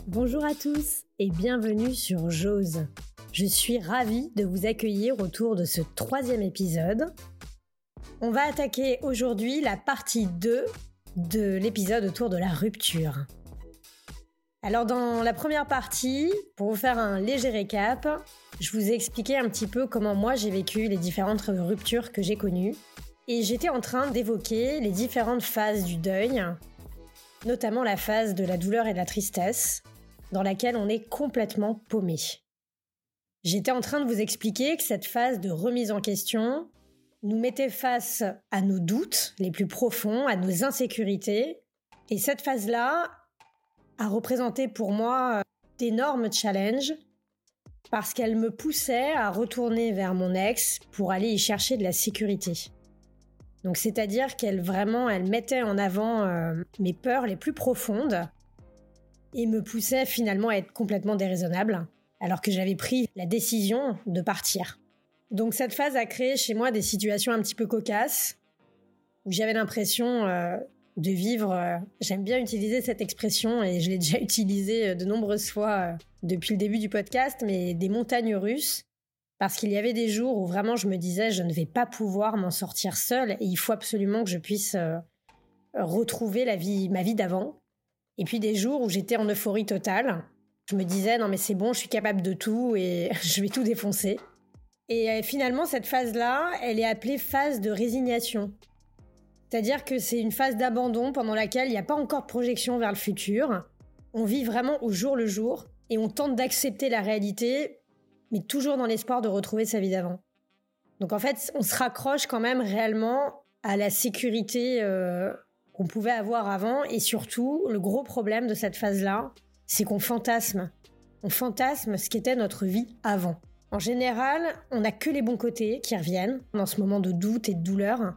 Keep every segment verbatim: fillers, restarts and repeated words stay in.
Bonjour à tous et bienvenue sur J'ose. Je suis ravie de vous accueillir autour de ce troisième épisode. On va attaquer aujourd'hui la partie deux de l'épisode autour de la rupture. Alors dans la première partie, pour vous faire un léger récap, je vous ai expliqué un petit peu comment moi j'ai vécu les différentes ruptures que j'ai connues. Et j'étais en train d'évoquer les différentes phases du deuil, notamment la phase de la douleur et de la tristesse, dans laquelle on est complètement paumé. J'étais en train de vous expliquer que cette phase de remise en question nous mettait face à nos doutes les plus profonds, à nos insécurités. Et cette phase-là a représenté pour moi d'énormes challenges parce qu'elle me poussait à retourner vers mon ex pour aller y chercher de la sécurité. Donc c'est-à-dire qu'elle vraiment, elle mettait en avant euh, mes peurs les plus profondes et me poussait finalement à être complètement déraisonnable, alors que j'avais pris la décision de partir. Donc cette phase a créé chez moi des situations un petit peu cocasses, où j'avais l'impression euh, de vivre, euh, j'aime bien utiliser cette expression, et je l'ai déjà utilisée de nombreuses fois euh, depuis le début du podcast, mais des montagnes russes, parce qu'il y avait des jours où vraiment je me disais je ne vais pas pouvoir m'en sortir seule, et il faut absolument que je puisse euh, retrouver la vie, ma vie d'avant. Et puis des jours où j'étais en euphorie totale. Je me disais, non mais c'est bon, je suis capable de tout et je vais tout défoncer. Et finalement, cette phase-là, elle est appelée phase de résignation. C'est-à-dire que c'est une phase d'abandon pendant laquelle il n'y a pas encore de projection vers le futur. On vit vraiment au jour le jour et on tente d'accepter la réalité, mais toujours dans l'espoir de retrouver sa vie d'avant. Donc en fait, on se raccroche quand même réellement à la sécurité euh, qu'on pouvait avoir avant, et surtout, le gros problème de cette phase-là, c'est qu'on fantasme. On fantasme ce qu'était notre vie avant. En général, on n'a que les bons côtés qui reviennent dans ce moment de doute et de douleur.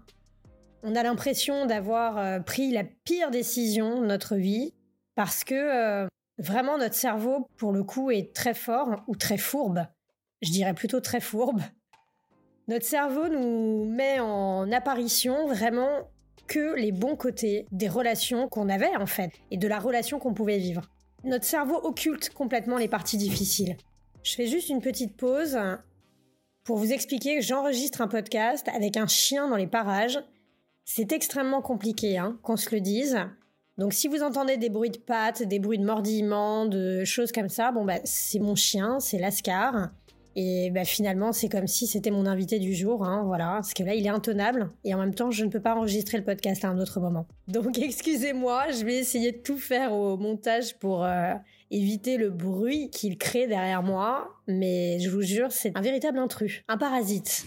On a l'impression d'avoir euh, pris la pire décision de notre vie parce que euh, vraiment notre cerveau, pour le coup, est très fort ou très fourbe. Je dirais plutôt très fourbe. Notre cerveau nous met en apparition vraiment que les bons côtés des relations qu'on avait en fait, et de la relation qu'on pouvait vivre. Notre cerveau occulte complètement les parties difficiles. Je fais juste une petite pause pour vous expliquer que j'enregistre un podcast avec un chien dans les parages. C'est extrêmement compliqué, hein, qu'on se le dise. Donc si vous entendez des bruits de pattes, des bruits de mordillements, de choses comme ça, bon bah c'est mon chien, c'est Lascar. Et bah finalement, c'est comme si c'était mon invité du jour, hein, voilà, parce que là, il est intenable, et en même temps, je ne peux pas enregistrer le podcast à un autre moment. Donc, excusez-moi, je vais essayer de tout faire au montage pour euh, éviter le bruit qu'il crée derrière moi, mais je vous jure, c'est un véritable intrus, un parasite.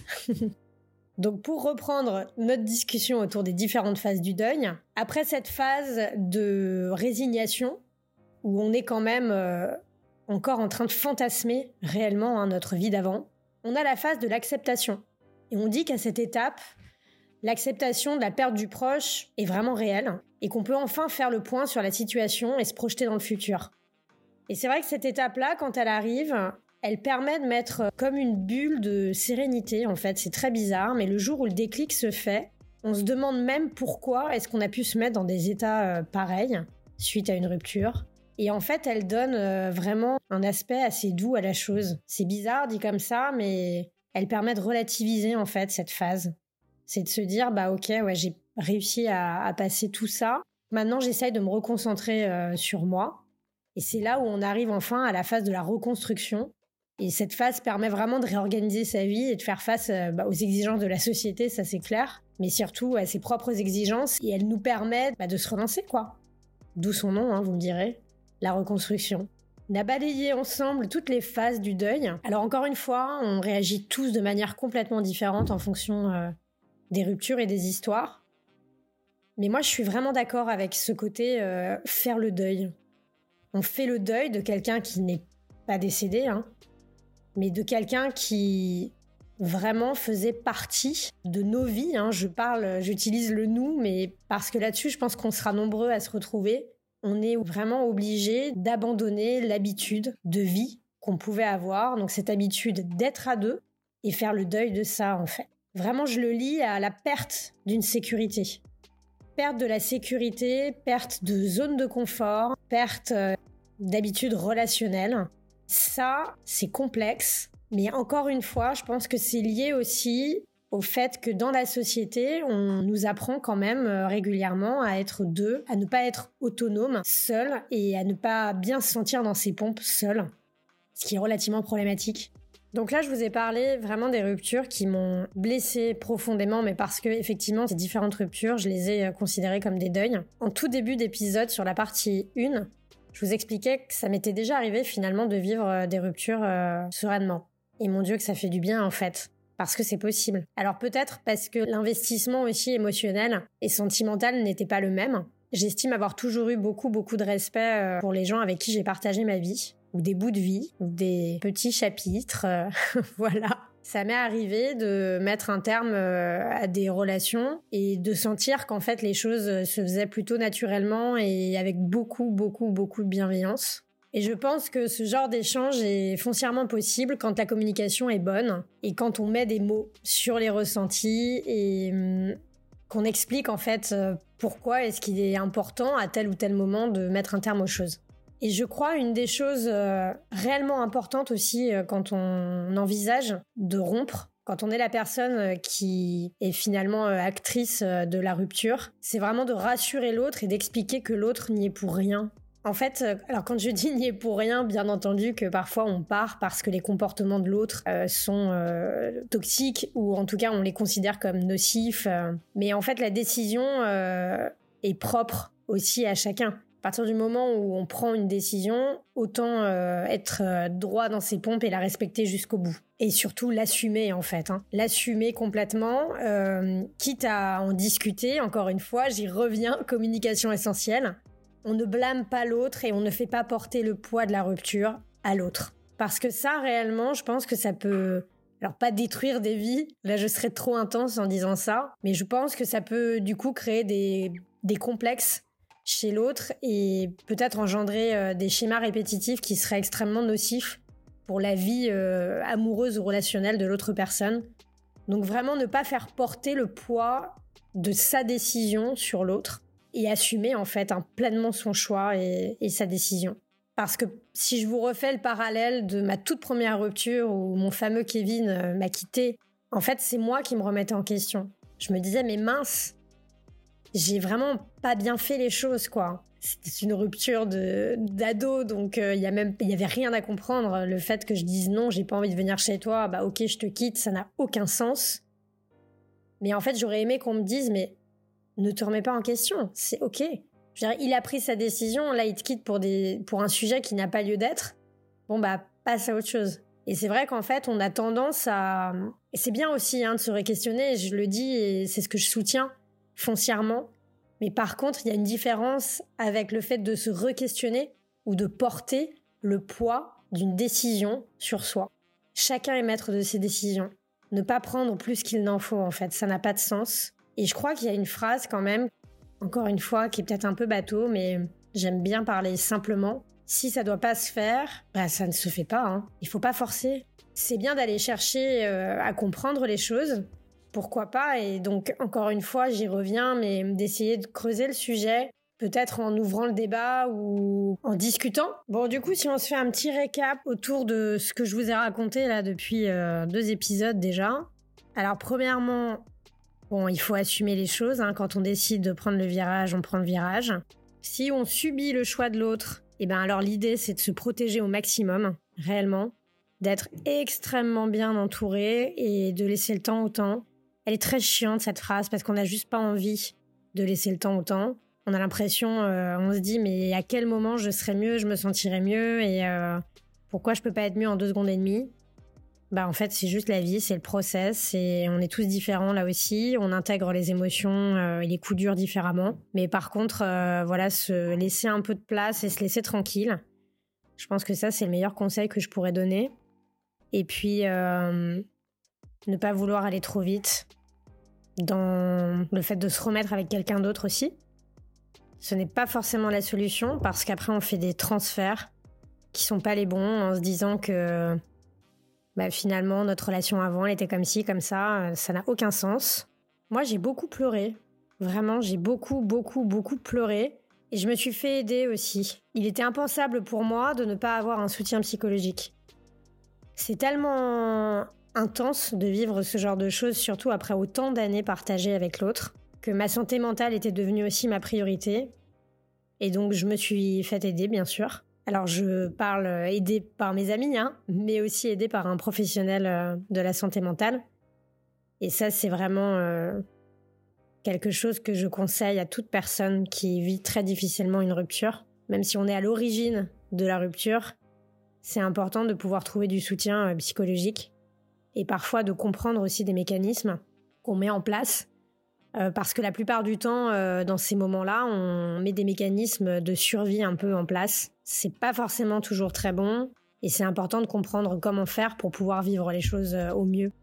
Donc, pour reprendre notre discussion autour des différentes phases du deuil, après cette phase de résignation, où on est quand même... Euh, encore en train de fantasmer réellement hein, notre vie d'avant, on a la phase de l'acceptation. Et on dit qu'à cette étape, l'acceptation de la perte du proche est vraiment réelle et qu'on peut enfin faire le point sur la situation et se projeter dans le futur. Et c'est vrai que cette étape-là, quand elle arrive, elle permet de mettre comme une bulle de sérénité, en fait. C'est très bizarre, mais le jour où le déclic se fait, on se demande même pourquoi est-ce qu'on a pu se mettre dans des états euh, pareils suite à une rupture. Et en fait, elle donne euh, vraiment un aspect assez doux à la chose. C'est bizarre dit comme ça, mais elle permet de relativiser en fait cette phase. C'est de se dire, bah ok, ouais, j'ai réussi à, à passer tout ça. Maintenant, j'essaye de me reconcentrer euh, sur moi. Et c'est là où on arrive enfin à la phase de la reconstruction. Et cette phase permet vraiment de réorganiser sa vie et de faire face euh, bah, aux exigences de la société, ça c'est clair. Mais surtout à ses propres exigences. Et elle nous permet bah, de se relancer, quoi. D'où son nom, hein, vous me direz. La reconstruction. On a balayé ensemble toutes les phases du deuil. Alors encore une fois, on réagit tous de manière complètement différente en fonction euh, des ruptures et des histoires. Mais moi, je suis vraiment d'accord avec ce côté euh, faire le deuil. On fait le deuil de quelqu'un qui n'est pas décédé, hein, mais de quelqu'un qui vraiment faisait partie de nos vies. Hein. Je parle, j'utilise le « nous », mais parce que là-dessus, je pense qu'on sera nombreux à se retrouver. On est vraiment obligé d'abandonner l'habitude de vie qu'on pouvait avoir, donc cette habitude d'être à deux, et faire le deuil de ça, en fait. Vraiment, je le lie à la perte d'une sécurité. Perte de la sécurité, perte de zone de confort, perte d'habitudes relationnelles. Ça, c'est complexe, mais encore une fois, je pense que c'est lié aussi au fait que dans la société, on nous apprend quand même euh, régulièrement à être deux, à ne pas être autonome, seul, et à ne pas bien se sentir dans ses pompes seul, ce qui est relativement problématique. Donc là, je vous ai parlé vraiment des ruptures qui m'ont blessée profondément, mais parce que effectivement, ces différentes ruptures, je les ai considérées comme des deuils. En tout début d'épisode, sur la partie un, je vous expliquais que ça m'était déjà arrivé finalement de vivre des ruptures euh, sereinement. Et mon Dieu, que ça fait du bien en fait. Parce que c'est possible. Alors peut-être parce que l'investissement aussi émotionnel et sentimental n'était pas le même. J'estime avoir toujours eu beaucoup, beaucoup de respect pour les gens avec qui j'ai partagé ma vie, ou des bouts de vie, ou des petits chapitres, euh, voilà. Ça m'est arrivé de mettre un terme euh, à des relations et de sentir qu'en fait les choses se faisaient plutôt naturellement et avec beaucoup, beaucoup, beaucoup de bienveillance. Et je pense que ce genre d'échange est foncièrement possible quand la communication est bonne et quand on met des mots sur les ressentis et hum, qu'on explique en fait euh, pourquoi est-ce qu'il est important à tel ou tel moment de mettre un terme aux choses. Et je crois une des choses euh, réellement importantes aussi euh, quand on envisage de rompre, quand on est la personne euh, qui est finalement euh, actrice euh, de la rupture, c'est vraiment de rassurer l'autre et d'expliquer que l'autre n'y est pour rien. En fait, alors quand je dis n'y est pour rien, bien entendu que parfois on part parce que les comportements de l'autre euh, sont euh, toxiques ou en tout cas on les considère comme nocifs. Euh, mais en fait, la décision euh, est propre aussi à chacun. À partir du moment où on prend une décision, autant euh, être euh, droit dans ses pompes et la respecter jusqu'au bout. Et surtout l'assumer en fait. Hein. L'assumer complètement, euh, quitte à en discuter. Encore une fois, j'y reviens, communication essentielle. On ne blâme pas l'autre et on ne fait pas porter le poids de la rupture à l'autre. Parce que ça, réellement, je pense que ça peut... Alors, pas détruire des vies, là je serais trop intense en disant ça, mais je pense que ça peut du coup créer des, des complexes chez l'autre et peut-être engendrer euh, des schémas répétitifs qui seraient extrêmement nocifs pour la vie euh, amoureuse ou relationnelle de l'autre personne. Donc vraiment ne pas faire porter le poids de sa décision sur l'autre. Et assumer en fait hein, pleinement son choix et, et sa décision. Parce que si je vous refais le parallèle de ma toute première rupture où mon fameux Kevin euh, m'a quitté, en fait c'est moi qui me remettais en question. Je me disais mais mince, j'ai vraiment pas bien fait les choses quoi. C'était une rupture de, d'ado donc il euh, y a même il y avait rien à comprendre. Le fait que je dise non, j'ai pas envie de venir chez toi, bah ok je te quitte, ça n'a aucun sens. Mais en fait j'aurais aimé qu'on me dise mais ne te remets pas en question, c'est ok. Je veux dire, il a pris sa décision, là il te quitte pour, des, pour un sujet qui n'a pas lieu d'être. Bon bah, passe à autre chose. Et c'est vrai qu'en fait, on a tendance à... Et c'est bien aussi hein, de se re-questionner, je le dis, et c'est ce que je soutiens foncièrement. Mais par contre, il y a une différence avec le fait de se re-questionner ou de porter le poids d'une décision sur soi. Chacun est maître de ses décisions. Ne pas prendre plus qu'il n'en faut, en fait, ça n'a pas de sens. Et je crois qu'il y a une phrase quand même, encore une fois, qui est peut-être un peu bateau, mais j'aime bien parler simplement. Si ça doit pas se faire, bah ça ne se fait pas. Hein. Il faut pas forcer. C'est bien d'aller chercher euh, à comprendre les choses. Pourquoi pas? Et donc, encore une fois, j'y reviens, mais d'essayer de creuser le sujet, peut-être en ouvrant le débat ou en discutant. Bon, du coup, si on se fait un petit récap autour de ce que je vous ai raconté là depuis euh, deux épisodes déjà. Alors, premièrement... Bon, il faut assumer les choses. Hein. Quand on décide de prendre le virage, on prend le virage. Si on subit le choix de l'autre, eh ben alors l'idée, c'est de se protéger au maximum, réellement, d'être extrêmement bien entouré et de laisser le temps au temps. Elle est très chiante, cette phrase, parce qu'on n'a juste pas envie de laisser le temps au temps. On a l'impression, euh, on se dit, mais à quel moment je serais mieux, je me sentirais mieux et euh, pourquoi je peux pas être mieux en deux secondes et demie? Bah en fait c'est juste la vie, c'est le process et on est tous différents là aussi, on intègre les émotions euh, et les coups durs différemment. Mais par contre euh, voilà, se laisser un peu de place et se laisser tranquille. Je pense que ça c'est le meilleur conseil que je pourrais donner. Et puis euh, ne pas vouloir aller trop vite dans le fait de se remettre avec quelqu'un d'autre aussi. Ce n'est pas forcément la solution parce qu'après on fait des transferts qui sont pas les bons en se disant que bah, finalement, notre relation avant, elle était comme ci, comme ça, ça n'a aucun sens. Moi, j'ai beaucoup pleuré. Vraiment, j'ai beaucoup, beaucoup, beaucoup pleuré. Et je me suis fait aider aussi. Il était impensable pour moi de ne pas avoir un soutien psychologique. C'est tellement intense de vivre ce genre de choses, surtout après autant d'années partagées avec l'autre, que ma santé mentale était devenue aussi ma priorité. Et donc je me suis fait aider, bien sûr. Alors je parle aidée par mes amis, hein, mais aussi aidée par un professionnel euh, de la santé mentale. Et ça, c'est vraiment euh, quelque chose que je conseille à toute personne qui vit très difficilement une rupture. Même si on est à l'origine de la rupture, c'est important de pouvoir trouver du soutien euh, psychologique et parfois de comprendre aussi des mécanismes qu'on met en place. Euh, parce que la plupart du temps, euh, dans ces moments-là, on met des mécanismes de survie un peu en place. C'est pas forcément toujours très bon et c'est important de comprendre comment faire pour pouvoir vivre les choses euh, au mieux.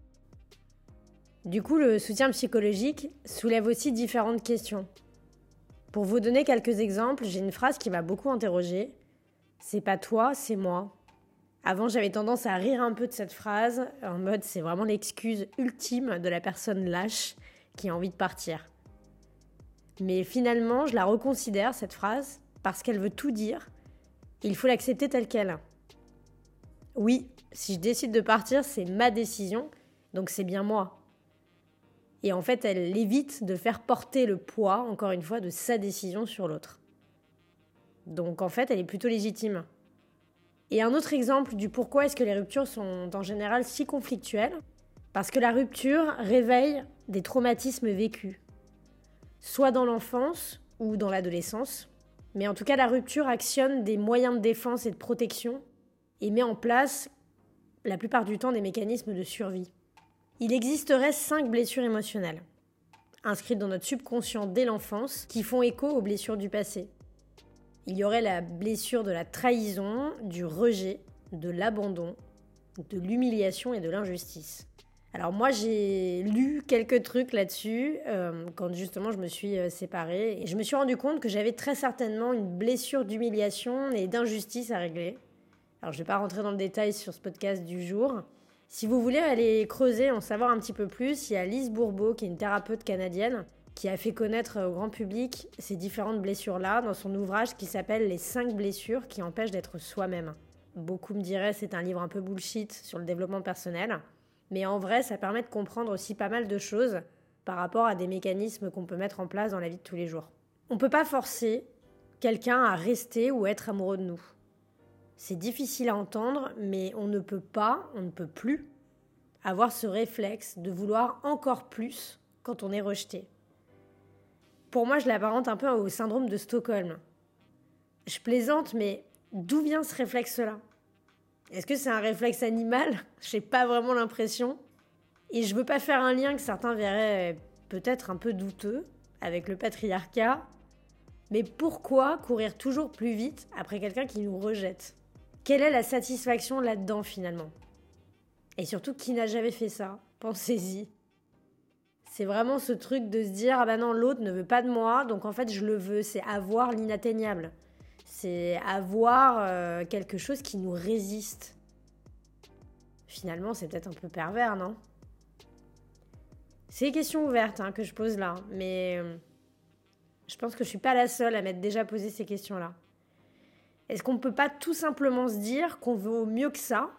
Du coup, le soutien psychologique soulève aussi différentes questions. Pour vous donner quelques exemples, j'ai une phrase qui m'a beaucoup interrogée. C'est pas toi, c'est moi. Avant, j'avais tendance à rire un peu de cette phrase, en mode c'est vraiment l'excuse ultime de la personne lâche qui a envie de partir. Mais finalement, je la reconsidère, cette phrase, parce qu'elle veut tout dire. Et il faut l'accepter telle qu'elle. Oui, si je décide de partir, c'est ma décision, donc c'est bien moi. Et en fait, elle évite de faire porter le poids, encore une fois, de sa décision sur l'autre. Donc en fait, elle est plutôt légitime. Et un autre exemple du pourquoi est-ce que les ruptures sont en général si conflictuelles, parce que la rupture réveille des traumatismes vécus, soit dans l'enfance ou dans l'adolescence, mais en tout cas la rupture actionne des moyens de défense et de protection et met en place la plupart du temps des mécanismes de survie. Il existerait cinq blessures émotionnelles, inscrites dans notre subconscient dès l'enfance, qui font écho aux blessures du passé. Il y aurait la blessure de la trahison, du rejet, de l'abandon, de l'humiliation et de l'injustice. Alors moi, j'ai lu quelques trucs là-dessus euh, quand justement je me suis euh, séparée. Et je me suis rendu compte que j'avais très certainement une blessure d'humiliation et d'injustice à régler. Alors je ne vais pas rentrer dans le détail sur ce podcast du jour. Si vous voulez aller creuser, en savoir un petit peu plus, il y a Lise Bourbeau, qui est une thérapeute canadienne, qui a fait connaître au grand public ces différentes blessures-là dans son ouvrage qui s'appelle « Les cinq blessures qui empêchent d'être soi-même ». Beaucoup me diraient c'est un livre un peu bullshit sur le développement personnel. Mais en vrai, ça permet de comprendre aussi pas mal de choses par rapport à des mécanismes qu'on peut mettre en place dans la vie de tous les jours. On ne peut pas forcer quelqu'un à rester ou être amoureux de nous. C'est difficile à entendre, mais on ne peut pas, on ne peut plus avoir ce réflexe de vouloir encore plus quand on est rejeté. Pour moi, je l'apparente un peu au syndrome de Stockholm. Je plaisante, mais d'où vient ce réflexe-là ? Est-ce que c'est un réflexe animal ? J'ai pas vraiment l'impression. Et je veux pas faire un lien que certains verraient peut-être un peu douteux avec le patriarcat. Mais pourquoi courir toujours plus vite après quelqu'un qui nous rejette ? Quelle est la satisfaction là-dedans finalement ? Et surtout, qui n'a jamais fait ça ? Pensez-y. C'est vraiment ce truc de se dire « Ah bah non, l'autre ne veut pas de moi, donc en fait je le veux ». C'est avoir l'inatteignable. C'est avoir euh, quelque chose qui nous résiste. Finalement, c'est peut-être un peu pervers, non ? C'est des questions ouvertes hein, que je pose là, mais euh, je pense que je suis pas la seule à m'être déjà posé ces questions-là. Est-ce qu'on ne peut pas tout simplement se dire qu'on vaut mieux que ça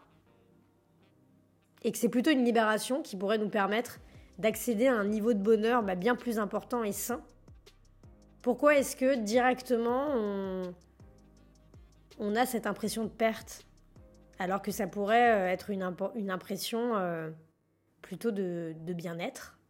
et que c'est plutôt une libération qui pourrait nous permettre d'accéder à un niveau de bonheur bah, bien plus important et sain ? Pourquoi est-ce que directement on... on a cette impression de perte, alors que ça pourrait euh, être une, impo- une impression euh, plutôt de, de bien-être.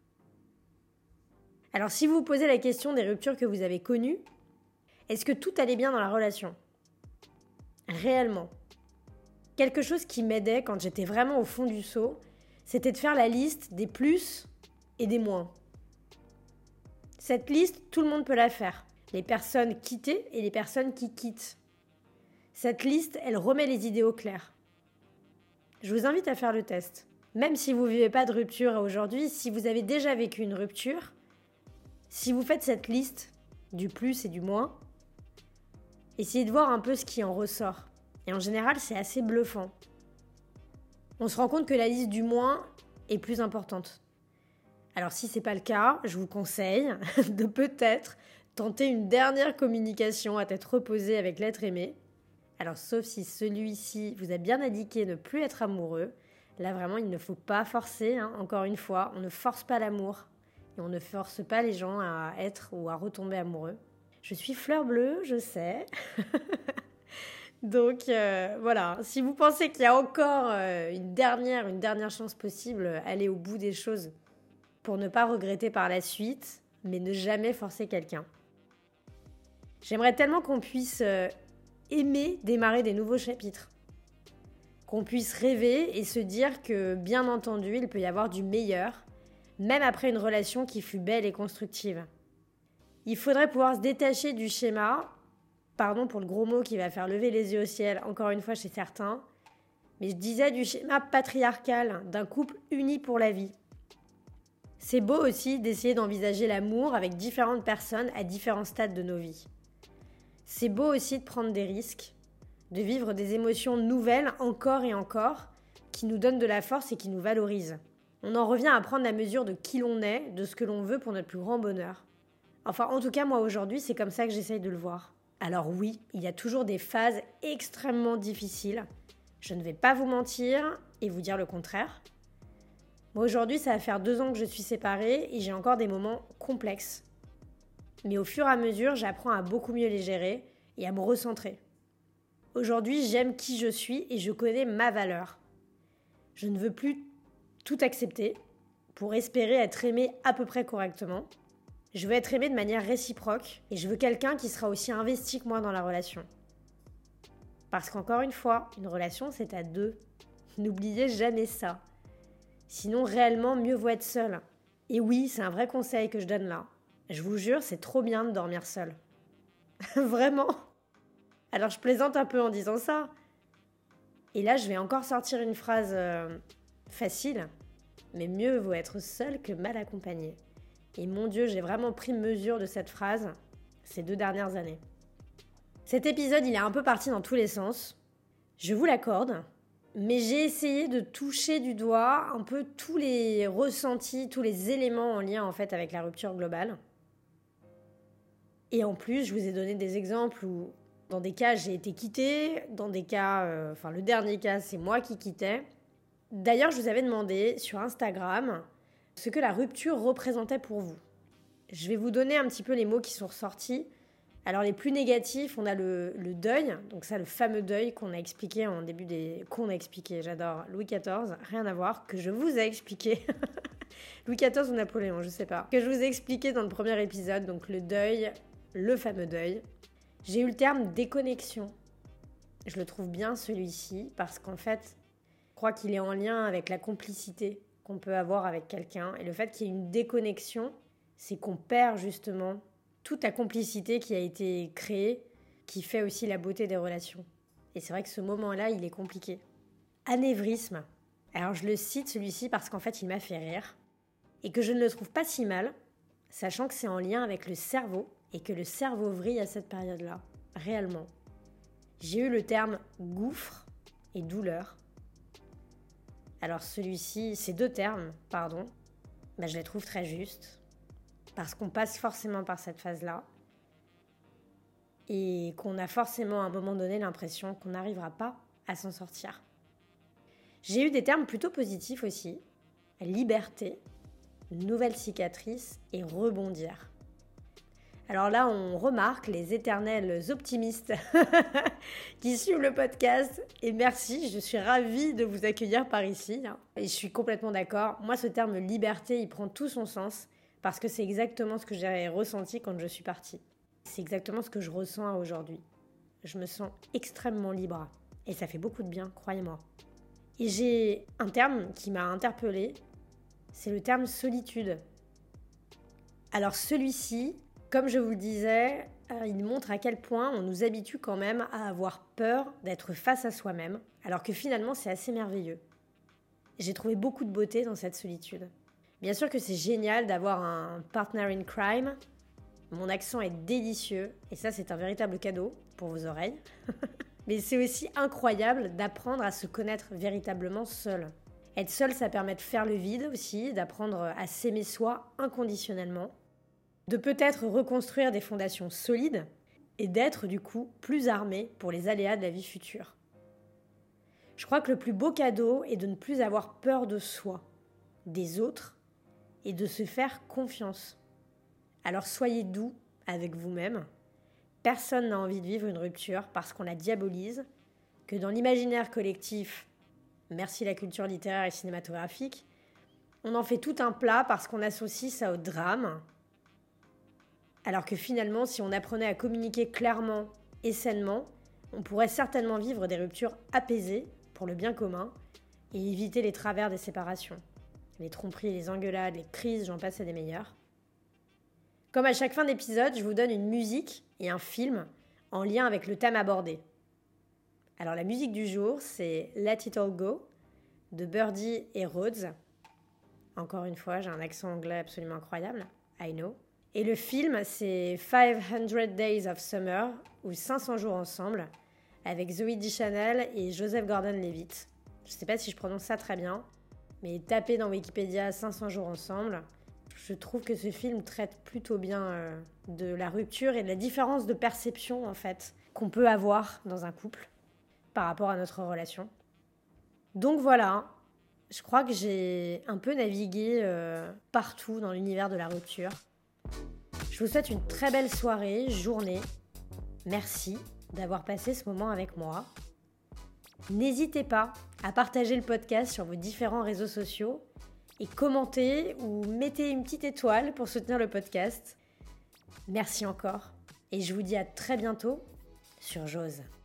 Alors si vous vous posez la question des ruptures que vous avez connues, est-ce que tout allait bien dans la relation ? Réellement. Quelque chose qui m'aidait quand j'étais vraiment au fond du seau, c'était de faire la liste des plus et des moins. Cette liste, tout le monde peut la faire. Les personnes quittées et les personnes qui quittent. Cette liste, elle remet les idées au clair. Je vous invite à faire le test. Même si vous ne vivez pas de rupture aujourd'hui, si vous avez déjà vécu une rupture, si vous faites cette liste du plus et du moins, essayez de voir un peu ce qui en ressort. Et en général, c'est assez bluffant. On se rend compte que la liste du moins est plus importante. Alors si ce n'est pas le cas, je vous conseille de peut-être tenter une dernière communication à tête reposée avec l'être aimé. Alors sauf si celui-ci vous a bien indiqué ne plus être amoureux, là vraiment il ne faut pas forcer, hein. Encore une fois, on ne force pas l'amour et on ne force pas les gens à être ou à retomber amoureux. Je suis fleur bleue, je sais. Donc euh, voilà, si vous pensez qu'il y a encore euh, une dernière, une dernière chance possible, allez au bout des choses pour ne pas regretter par la suite, mais ne jamais forcer quelqu'un. J'aimerais tellement qu'on puisse euh, aimer démarrer des nouveaux chapitres, qu'on puisse rêver et se dire que, bien entendu, il peut y avoir du meilleur, même après une relation qui fut belle et constructive. Il faudrait pouvoir se détacher du schéma. Pardon pour le gros mot qui va faire lever les yeux au ciel, encore une fois chez certains, mais je disais du schéma patriarcal d'un couple uni pour la vie. C'est beau aussi d'essayer d'envisager l'amour avec différentes personnes à différents stades de nos vies. C'est beau aussi de prendre des risques, de vivre des émotions nouvelles encore et encore, qui nous donnent de la force et qui nous valorisent. On en revient à prendre la mesure de qui l'on est, de ce que l'on veut pour notre plus grand bonheur. Enfin, en tout cas, moi aujourd'hui, c'est comme ça que j'essaye de le voir. Alors oui, il y a toujours des phases extrêmement difficiles. Je ne vais pas vous mentir et vous dire le contraire. Moi aujourd'hui, ça va faire deux ans que je suis séparée et j'ai encore des moments complexes. Mais au fur et à mesure, j'apprends à beaucoup mieux les gérer et à me recentrer. Aujourd'hui, j'aime qui je suis et je connais ma valeur. Je ne veux plus tout accepter pour espérer être aimée à peu près correctement. Je veux être aimée de manière réciproque et je veux quelqu'un qui sera aussi investi que moi dans la relation. Parce qu'encore une fois, une relation, c'est à deux. N'oubliez jamais ça. Sinon, réellement, mieux vaut être seul. Et oui, c'est un vrai conseil que je donne là. Je vous jure, c'est trop bien de dormir seul. Vraiment. Alors, je plaisante un peu en disant ça. Et là, je vais encore sortir une phrase euh, facile. Mais mieux vaut être seul que mal accompagné. Et mon Dieu, j'ai vraiment pris mesure de cette phrase ces deux dernières années. Cet épisode, il est un peu parti dans tous les sens. Je vous l'accorde. Mais j'ai essayé de toucher du doigt un peu tous les ressentis, tous les éléments en lien en fait avec la rupture globale. Et en plus, je vous ai donné des exemples où, dans des cas, j'ai été quittée, dans des cas, euh, enfin le dernier cas, c'est moi qui quittais. D'ailleurs, je vous avais demandé sur Instagram ce que la rupture représentait pour vous. Je vais vous donner un petit peu les mots qui sont ressortis. Alors les plus négatifs, on a le, le deuil, donc ça le fameux deuil qu'on a expliqué en début des... Qu'on a expliqué, j'adore, Louis quatorze, rien à voir, que je vous ai expliqué. Louis quatorze ou Napoléon, je sais pas. Que je vous ai expliqué dans le premier épisode, donc le deuil, le fameux deuil. J'ai eu le terme déconnexion. Je le trouve bien celui-ci, parce qu'en fait, je crois qu'il est en lien avec la complicité qu'on peut avoir avec quelqu'un. Et le fait qu'il y ait une déconnexion, c'est qu'on perd justement toute la complicité qui a été créée, qui fait aussi la beauté des relations. Et c'est vrai que ce moment-là, il est compliqué. Anévrisme. Alors je le cite celui-ci parce qu'en fait, il m'a fait rire. Et que je ne le trouve pas si mal, sachant que c'est en lien avec le cerveau et que le cerveau vrille à cette période-là, réellement. J'ai eu le terme gouffre et douleur. Alors celui-ci, ces deux termes, pardon, bah, je les trouve très justes. Parce qu'on passe forcément par cette phase-là et qu'on a forcément à un moment donné l'impression qu'on n'arrivera pas à s'en sortir. J'ai eu des termes plutôt positifs aussi. Liberté, nouvelle cicatrice et rebondir. Alors là, on remarque les éternels optimistes qui suivent le podcast. Et merci, je suis ravie de vous accueillir par ici. Et je suis complètement d'accord. Moi, ce terme liberté, il prend tout son sens. Parce que c'est exactement ce que j'ai ressenti quand je suis partie. C'est exactement ce que je ressens aujourd'hui. Je me sens extrêmement libre. Et ça fait beaucoup de bien, croyez-moi. Et j'ai un terme qui m'a interpellée. C'est le terme solitude. Alors celui-ci, comme je vous le disais, il montre à quel point on nous habitue quand même à avoir peur d'être face à soi-même. Alors que finalement, c'est assez merveilleux. J'ai trouvé beaucoup de beauté dans cette solitude. Bien sûr que c'est génial d'avoir un partner in crime. Mon accent est délicieux et ça, c'est un véritable cadeau pour vos oreilles. Mais c'est aussi incroyable d'apprendre à se connaître véritablement seul. Être seul, ça permet de faire le vide aussi, d'apprendre à s'aimer soi inconditionnellement. de peut-être reconstruire des fondations solides et d'être du coup plus armé pour les aléas de la vie future. Je crois que le plus beau cadeau est de ne plus avoir peur de soi, des autres, et de se faire confiance. Alors soyez doux avec vous-même. Personne n'a envie de vivre une rupture parce qu'on la diabolise, que dans l'imaginaire collectif, merci la culture littéraire et cinématographique, on en fait tout un plat parce qu'on associe ça au drame. Alors que finalement, si on apprenait à communiquer clairement et sainement, on pourrait certainement vivre des ruptures apaisées pour le bien commun et éviter les travers des séparations. Les tromperies, les engueulades, les crises, j'en passe à des meilleurs. Comme à chaque fin d'épisode, je vous donne une musique et un film en lien avec le thème abordé. Alors la musique du jour, c'est Let It All Go de Birdie et Rhodes. Encore une fois, j'ai un accent anglais absolument incroyable, I know. Et le film, c'est five hundred Days of Summer, ou cinq cents jours ensemble, avec Zooey Deschanel et Joseph Gordon-Levitt. Je ne sais pas si je prononce ça très bien, mais tapez dans Wikipédia cinq cents jours ensemble. Je trouve que ce film traite plutôt bien euh, de la rupture et de la différence de perception, en fait, qu'on peut avoir dans un couple par rapport à notre relation. Donc voilà, je crois que j'ai un peu navigué euh, partout dans l'univers de la rupture. Je vous souhaite une très belle soirée, journée. Merci d'avoir passé ce moment avec moi. N'hésitez pas à partager le podcast sur vos différents réseaux sociaux et commentez ou mettez une petite étoile pour soutenir le podcast. Merci encore et je vous dis à très bientôt sur Jose.